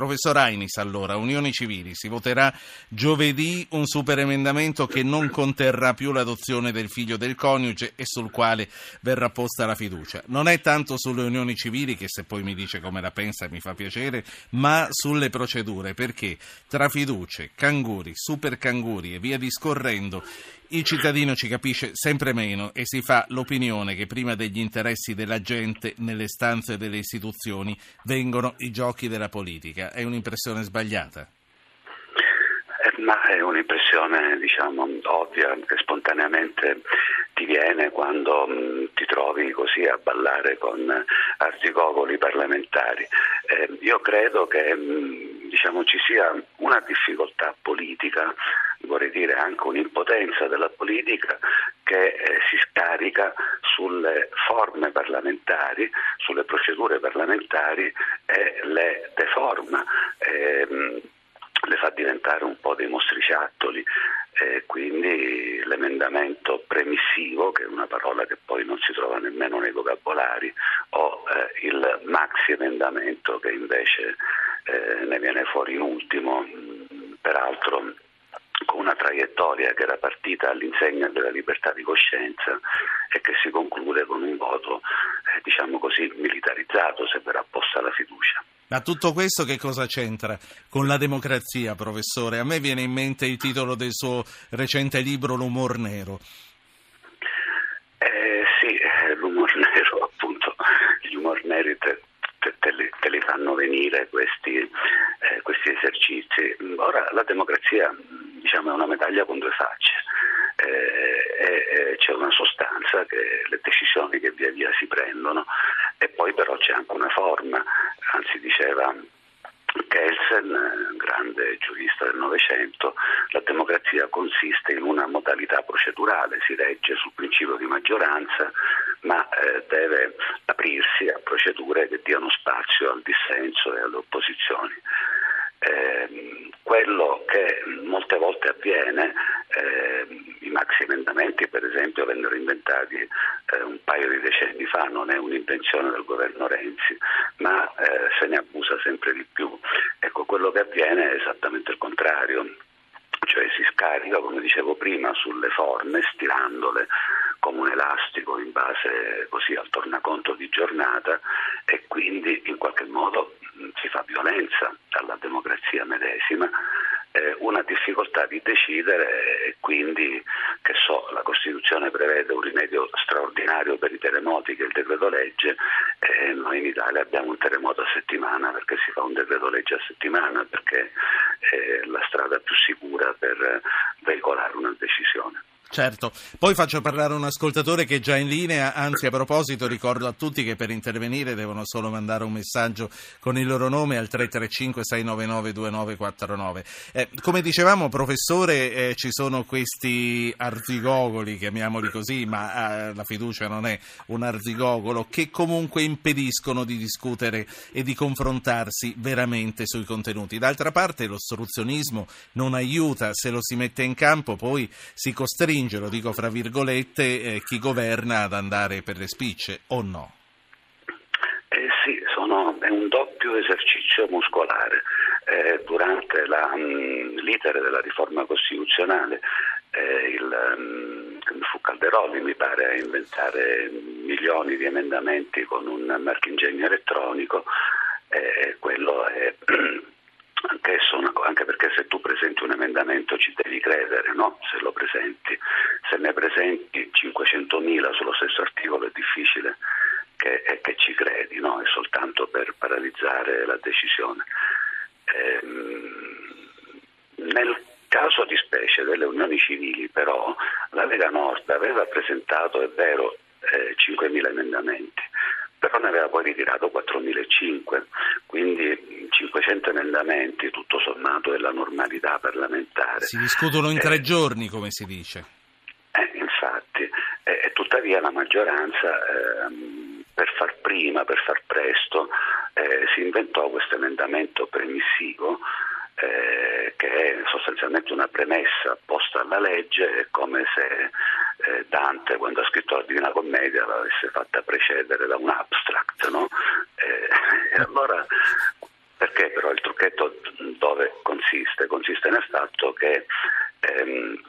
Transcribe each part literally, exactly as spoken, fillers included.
Professor Ainis, allora, Unioni Civili, si voterà giovedì un superemendamento che non conterrà più l'adozione del figlio del coniuge e sul quale verrà posta la fiducia. Non è tanto sulle unioni civili, che se poi mi dice come la pensa mi fa piacere, ma sulle procedure, perché tra fiducie, canguri, super canguri e via discorrendo, il cittadino ci capisce sempre meno e si fa l'opinione che prima degli interessi della gente nelle stanze delle istituzioni vengono i giochi della politica. È un'impressione sbagliata? Eh, ma è un'impressione, diciamo, ovvia, che spontaneamente ti viene quando mh, ti trovi così a ballare con arzigogoli parlamentari. Eh, io credo che mh, diciamo, ci sia una difficoltà politica, vorrei dire anche un'impotenza della politica che eh, si scarica sulle forme parlamentari, sulle procedure parlamentari e le deforma, ehm, le fa diventare un po' dei mostriciattoli. E quindi l'emendamento premissivo, che è una parola che poi non si trova nemmeno nei vocabolari, o eh, il maxi emendamento che invece eh, ne viene fuori in ultimo, mh, peraltro con una traiettoria che era partita all'insegna della libertà di coscienza e che si conclude con un voto, eh, diciamo così, militarizzato se verrà posta la fiducia. Ma tutto questo che cosa c'entra con la democrazia, professore? A me viene in mente il titolo del suo recente libro L'umor nero. Eh, sì, l'umor nero, appunto, gli umor neri te, te, te, li, te li fanno venire questi, eh, questi esercizi. Ora, la democrazia, diciamo, è una medaglia con due facce. Eh, e, e c'è una sostanza, che le decisioni che via via si prendono, e poi però c'è anche una forma. Anzi, diceva Kelsen, grande giurista del Novecento, la democrazia consiste in una modalità procedurale, si regge sul principio di maggioranza, ma eh, deve aprirsi a procedure che diano spazio al dissenso e alle opposizioni. Eh, quello che molte volte avviene, eh, i maxi emendamenti per esempio vennero inventati eh, un paio di decenni fa, non è un'invenzione del governo Renzi, ma eh, se ne abusa sempre di più. Ecco, quello che avviene è esattamente il contrario, cioè si scarica, come dicevo prima, sulle forme, stirandole come un elastico in base così al tornaconto di giornata, e quindi in qualche modo mh, si fa violenza alla democrazia medesima, eh, una difficoltà di decidere, e quindi, che so, la Costituzione prevede un rimedio straordinario per i terremoti che è il decreto legge, e noi in Italia abbiamo un terremoto a settimana perché si fa un decreto legge a settimana, perché è la strada più sicura per veicolare una decisione. Certo, poi faccio parlare un ascoltatore che è già in linea, anzi a proposito ricordo a tutti che per intervenire devono solo mandare un messaggio con il loro nome al tre tre cinque sei nove nove due nove quattro nove. Eh, come dicevamo, professore, eh, ci sono questi arzigogoli, chiamiamoli così, ma eh, la fiducia non è un arzigogolo, che comunque impediscono di discutere e di confrontarsi veramente sui contenuti. D'altra parte l'ostruzionismo non aiuta, se lo si mette in campo poi si costringe, lo dico fra virgolette, eh, chi governa ad andare per le spicce, o no? Eh sì, sono, è un doppio esercizio muscolare. Eh, durante la, mh, l'iter della riforma costituzionale eh, il, mh, fu Calderoli, mi pare, a inventare milioni di emendamenti con un marchingegno elettronico, eh, quello è... Anche, sono, anche perché se tu presenti un emendamento ci devi credere, no? Se lo presenti, se ne presenti cinquecentomila sullo stesso articolo è difficile che, che ci credi, no? È soltanto per paralizzare la decisione. Ehm, nel caso di specie delle unioni civili, però, la Lega Nord aveva presentato, è vero, eh, cinquemila emendamenti, però ne aveva poi ritirato quattromilacinquecento, quindi cinquecento emendamenti, tutto sommato è la normalità parlamentare. Si discutono in eh, tre giorni, come si dice. Eh, infatti, eh, e tuttavia la maggioranza, eh, per far prima, per far presto, eh, si inventò questo emendamento premissivo, eh, che è sostanzialmente una premessa posta alla legge, è come se eh, Dante, quando ha scritto la Divina Commedia, l'avesse fatta precedere da un abstract, no? Eh, e allora Perché però il trucchetto dove consiste? Consiste nel fatto che ehm,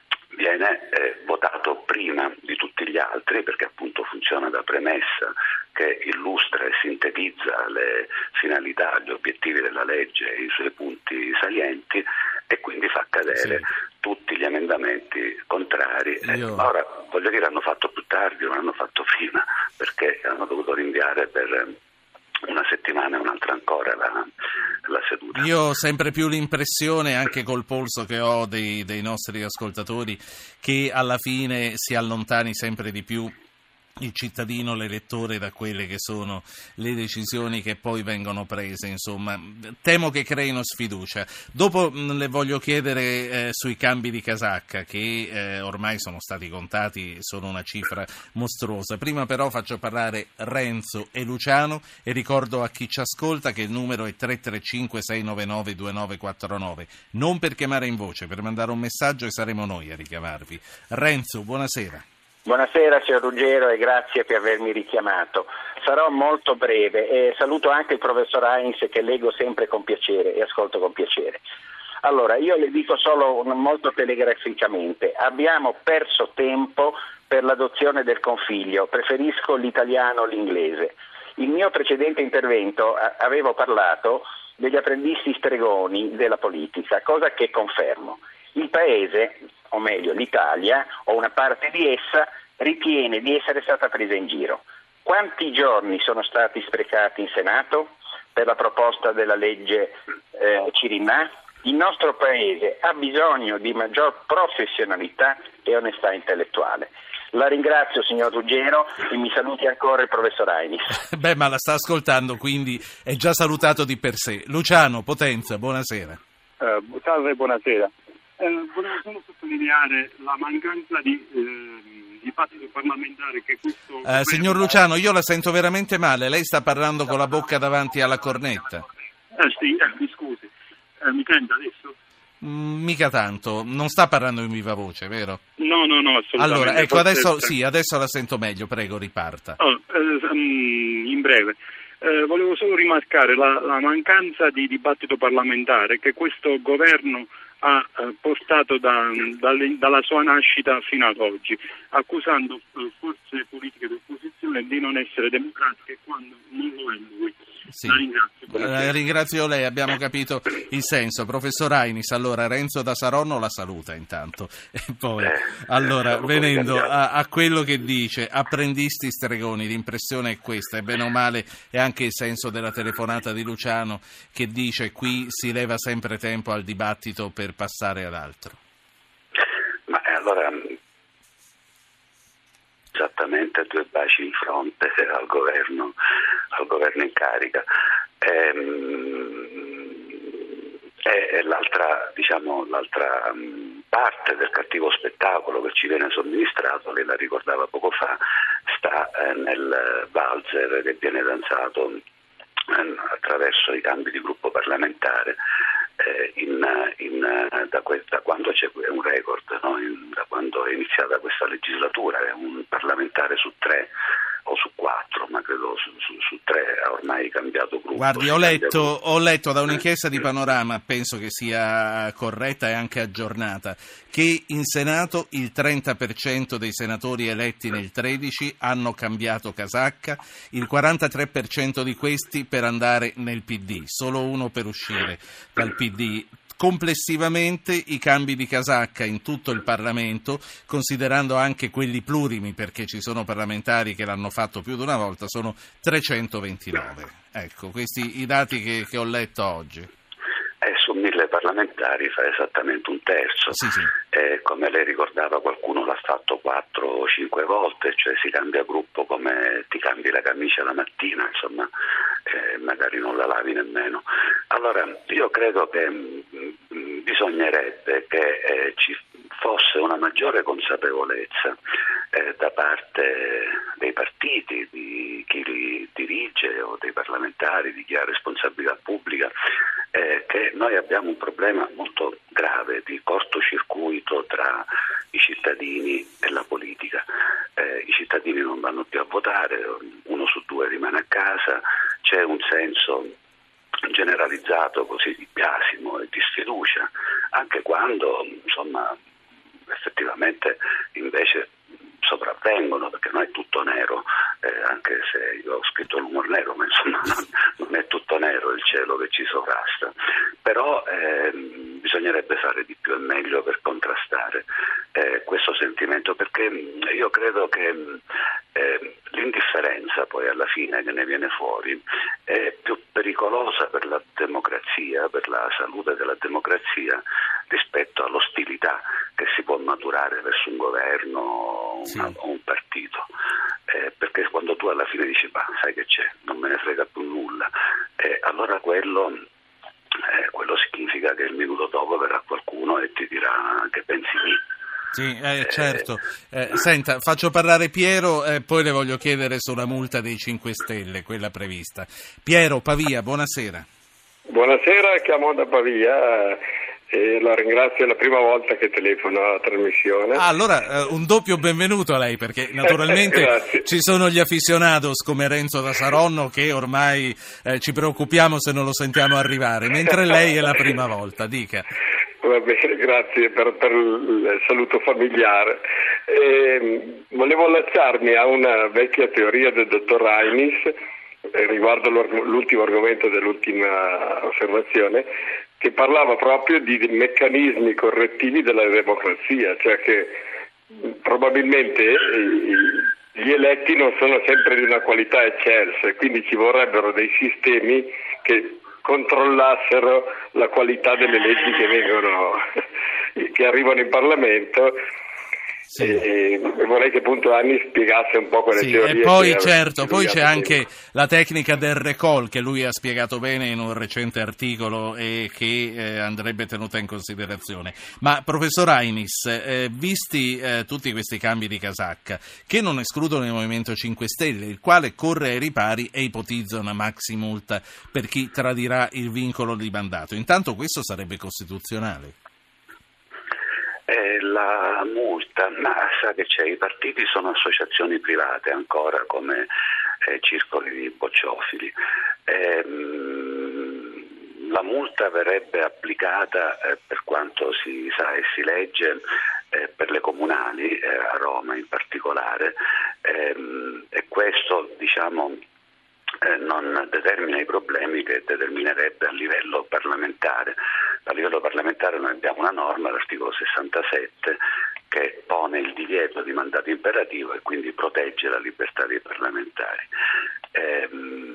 viene eh, votato prima di tutti gli altri, perché appunto funziona da premessa che illustra e sintetizza le finalità, gli obiettivi della legge e i suoi punti salienti, e quindi fa cadere sì. tutti gli emendamenti contrari. Io... Eh, ora, voglio dire, hanno fatto più tardi, non hanno fatto prima, perché hanno dovuto rinviare per una settimana e un'altra ancora la, la seduta. Io ho sempre più l'impressione, anche col polso che ho dei, dei nostri ascoltatori, che alla fine si allontani sempre di più il cittadino, l'elettore, da quelle che sono le decisioni che poi vengono prese. Insomma, temo che creino sfiducia. Dopo mh, le voglio chiedere eh, sui cambi di casacca, che eh, ormai sono stati contati, sono una cifra mostruosa. Prima però faccio parlare Renzo e Luciano, e ricordo a chi ci ascolta che il numero è tre tre cinque sei nove nove due nove quattro nove, non per chiamare in voce, per mandare un messaggio, e saremo noi a richiamarvi. Renzo, buonasera. Buonasera signor Ruggero, e grazie per avermi richiamato. Sarò molto breve e saluto anche il professor Heinz, che leggo sempre con piacere e ascolto con piacere. Allora, io le dico solo molto telegraficamente: abbiamo perso tempo per l'adozione del configlio, preferisco l'italiano o l'inglese. Il mio precedente intervento avevo parlato degli apprendisti stregoni della politica, cosa che confermo. Il Paese, o meglio l'Italia, o una parte di essa, ritiene di essere stata presa in giro. Quanti giorni sono stati sprecati in Senato per la proposta della legge eh, Cirinnà? Il nostro Paese ha bisogno di maggior professionalità e onestà intellettuale. La ringrazio signor Ruggero e mi saluti ancora il professor Heinz. Beh, ma la sta ascoltando, quindi è già salutato di per sé. Luciano Potenza, buonasera. Uh, salve, buonasera. Eh, volevo solo sottolineare la mancanza di eh, dibattito parlamentare che questo... Eh, signor Luciano, io la sento veramente male, lei sta parlando con la bocca davanti alla cornetta. Eh sì, eh, mi scusi, eh, mi sente adesso? Mm, mica tanto, non sta parlando in viva voce, vero? No, no, no, assolutamente. Allora, ecco, adesso Forse... sì, adesso la sento meglio, prego, riparta. Oh, eh, um, in breve. Eh, volevo solo rimarcare la, la mancanza di dibattito parlamentare che questo governo ha eh, portato da, dalle, dalla sua nascita fino ad oggi, accusando eh, forze politiche d'opposizione di non essere democratiche quando non lo è lui. Sì. La ringrazio. Eh, ringrazio lei, abbiamo capito il senso. Professor Heinz, allora Renzo da Saronno la saluta intanto. E poi, eh, allora, eh, venendo a, a quello che dice, apprendisti stregoni, l'impressione è questa, e bene o male è anche il senso della telefonata di Luciano, che dice qui si leva sempre tempo al dibattito per passare ad altro. Ma allora, esattamente due baci in fronte al governo, al governo in carica. Ehm, e l'altra, diciamo, l'altra parte del cattivo spettacolo che ci viene somministrato, lei la ricordava poco fa, sta eh, nel valzer che viene danzato eh, attraverso i cambi di gruppo parlamentare. Eh, in, in, da, que- da quando c'è un record, no? in, da quando è iniziata questa legislatura, è un parlamentare su tre o su quattro, ma credo su, su, su tre ha ormai cambiato gruppo. Guardi, ho letto, ho letto da un'inchiesta di Panorama, penso che sia corretta e anche aggiornata, che in Senato il trenta per cento dei senatori eletti nel tredici hanno cambiato casacca, il quarantatré per cento di questi per andare nel P D, solo uno per uscire dal P D. Complessivamente i cambi di casacca in tutto il Parlamento, considerando anche quelli plurimi, perché ci sono parlamentari che l'hanno fatto più di una volta, sono trecentoventinove. Ecco, questi i dati che, che ho letto oggi. Eh, su mille parlamentari fa esattamente un terzo. Sì, sì. Eh, come lei ricordava, qualcuno l'ha fatto quattro o cinque volte, cioè si cambia gruppo come ti cambi la camicia la mattina, insomma, eh, magari non la lavi nemmeno. Allora, io credo che mh, bisognerebbe che eh, ci fosse una maggiore consapevolezza eh, da parte dei partiti, di chi li dirige o dei parlamentari, di chi ha responsabilità pubblica, eh, che noi abbiamo un problema molto grave di cortocircuito tra i cittadini e la politica. Eh, i cittadini non vanno più a votare, uno su due rimane a casa, c'è un senso generalizzato così di biasimo e di sfiducia, anche quando insomma effettivamente invece sopravvengono, perché non è tutto nero, eh, anche se io ho scritto l'umor nero, ma insomma non, non è tutto nero il cielo che ci sovrasta, però eh, bisognerebbe fare di più e meglio per contrastare eh, questo sentimento, perché io credo che eh, l'indifferenza poi alla fine che ne viene fuori è più pericolosa per la democrazia, per la salute della democrazia, rispetto all'ostilità che si può maturare verso un governo sì. una, o un partito, eh, perché quando tu alla fine dici bah, sai che c'è, non me ne frega più nulla, eh, allora quello, eh, quello significa che il minuto dopo verrà qualcuno e ti dirà che pensi di. Sì, eh, certo. Eh, senta, faccio parlare Piero e eh, poi le voglio chiedere sulla multa dei cinque Stelle, quella prevista. Piero, Pavia, buonasera. Buonasera, chiamo da Pavia e la ringrazio, è la prima volta che telefono alla trasmissione. Ah, allora eh, un doppio benvenuto a lei, perché naturalmente ci sono gli aficionados come Renzo da Saronno che ormai eh, ci preoccupiamo se non lo sentiamo arrivare, mentre lei è la prima volta, dica. Va bene, grazie per, per il saluto familiare. Eh, volevo allacciarmi a una vecchia teoria del dottor Ainis eh, riguardo l'ultimo argomento dell'ultima osservazione, che parlava proprio di meccanismi correttivi della democrazia, cioè che probabilmente gli eletti non sono sempre di una qualità eccelsa e quindi ci vorrebbero dei sistemi che controllassero la qualità delle leggi che vengono che arrivano in Parlamento. Sì. E, e vorrei che appunto Anni spiegasse un po' quelle sì, teorie. E poi che certo, poi c'è anche prima. la tecnica del recall che lui ha spiegato bene in un recente articolo e che eh, andrebbe tenuta in considerazione. Ma professor Ainis, eh, visti eh, tutti questi cambi di casacca, che non escludono il Movimento cinque Stelle, il quale corre ai ripari e ipotizza una maxi multa per chi tradirà il vincolo di mandato, intanto questo sarebbe costituzionale? Eh, la multa, ma sa che c'è, i partiti sono associazioni private ancora come eh, circoli di bocciofili. Eh, la multa verrebbe applicata eh, per quanto si sa e si legge eh, per le comunali, eh, a Roma in particolare, eh, e questo diciamo Eh, non determina i problemi che determinerebbe a livello parlamentare. A livello parlamentare noi abbiamo una norma, l'articolo sessantasette, che pone il divieto di mandato imperativo e quindi protegge la libertà dei parlamentari. Eh,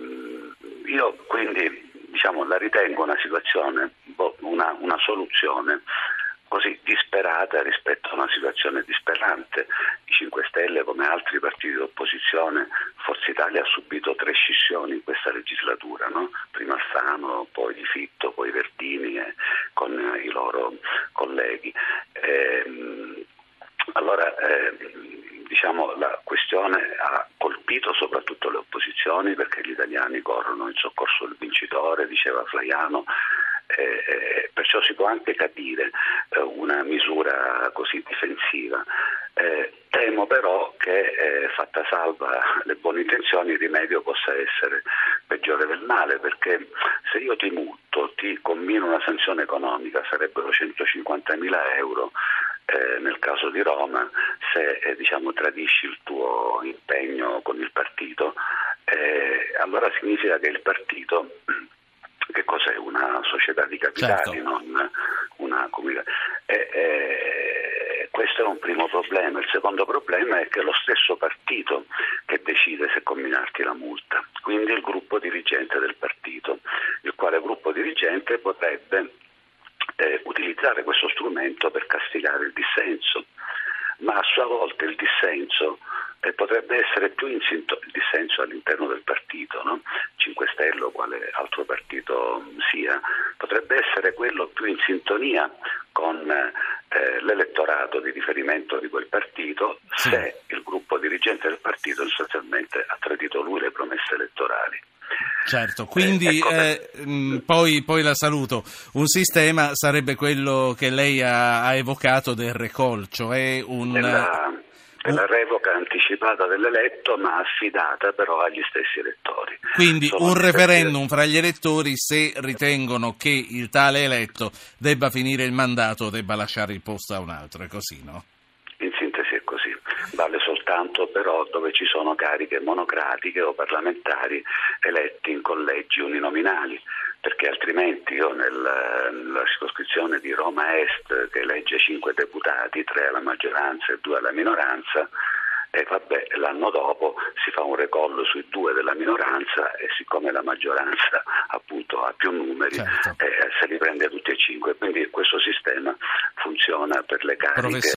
io quindi diciamo la ritengo una situazione, una, una soluzione così disperata rispetto a una situazione disperante. I cinque Stelle, come altri partiti d'opposizione, Forza Italia ha subito tre scissioni in questa legislatura, no? Prima Alfano, poi Di Fitto, poi Verdini eh, con eh, i loro colleghi. Eh, allora, eh, diciamo, la questione ha colpito soprattutto le opposizioni perché gli italiani corrono in soccorso del vincitore, diceva Flaiano. Eh, perciò si può anche capire eh, una misura così difensiva. Eh, temo però che eh, fatta salva le buone intenzioni il rimedio possa essere peggiore del male, perché se io ti multo, ti commino una sanzione economica, sarebbero centocinquantamila euro eh, nel caso di Roma, se eh, diciamo tradisci il tuo impegno con il partito, eh, allora significa che il partito che cos'è? Una società di capitali, certo. non una comunità. E, e, questo è un primo problema. Il secondo problema è che è lo stesso partito che decide se comminarti la multa, quindi il gruppo dirigente del partito, il quale gruppo dirigente potrebbe eh, utilizzare questo strumento per castigare il dissenso, ma a sua volta il dissenso eh, potrebbe essere più in sintonia, il dissenso all'interno del partito, no? cinque Stelle o quale altro partito sia, potrebbe essere quello più in sintonia con eh, l'elettorato di riferimento di quel partito, sì. se il gruppo dirigente del partito sostanzialmente ha tradito lui le promesse elettorali. Certo, quindi eh, ecco, eh, mh, poi, poi la saluto. Un sistema sarebbe quello che lei ha, ha evocato del recall, cioè un... Della... È la revoca anticipata dell'eletto, ma affidata però agli stessi elettori. Quindi Sono un stessi... referendum fra gli elettori se ritengono che il tale eletto debba finire il mandato o debba lasciare il posto a un altro, è così, no? In sintesi è così. Vale soltanto però dove ci sono cariche monocratiche o parlamentari eletti in collegi uninominali, perché altrimenti io nel, nella circoscrizione di Roma Est, che elegge cinque deputati, tre alla maggioranza e due alla minoranza, e vabbè, l'anno dopo si fa un recollo sui due della minoranza e siccome la maggioranza appunto ha più numeri, certo. eh, se li prende tutti e cinque, quindi questo sistema funziona per le cariche. Professor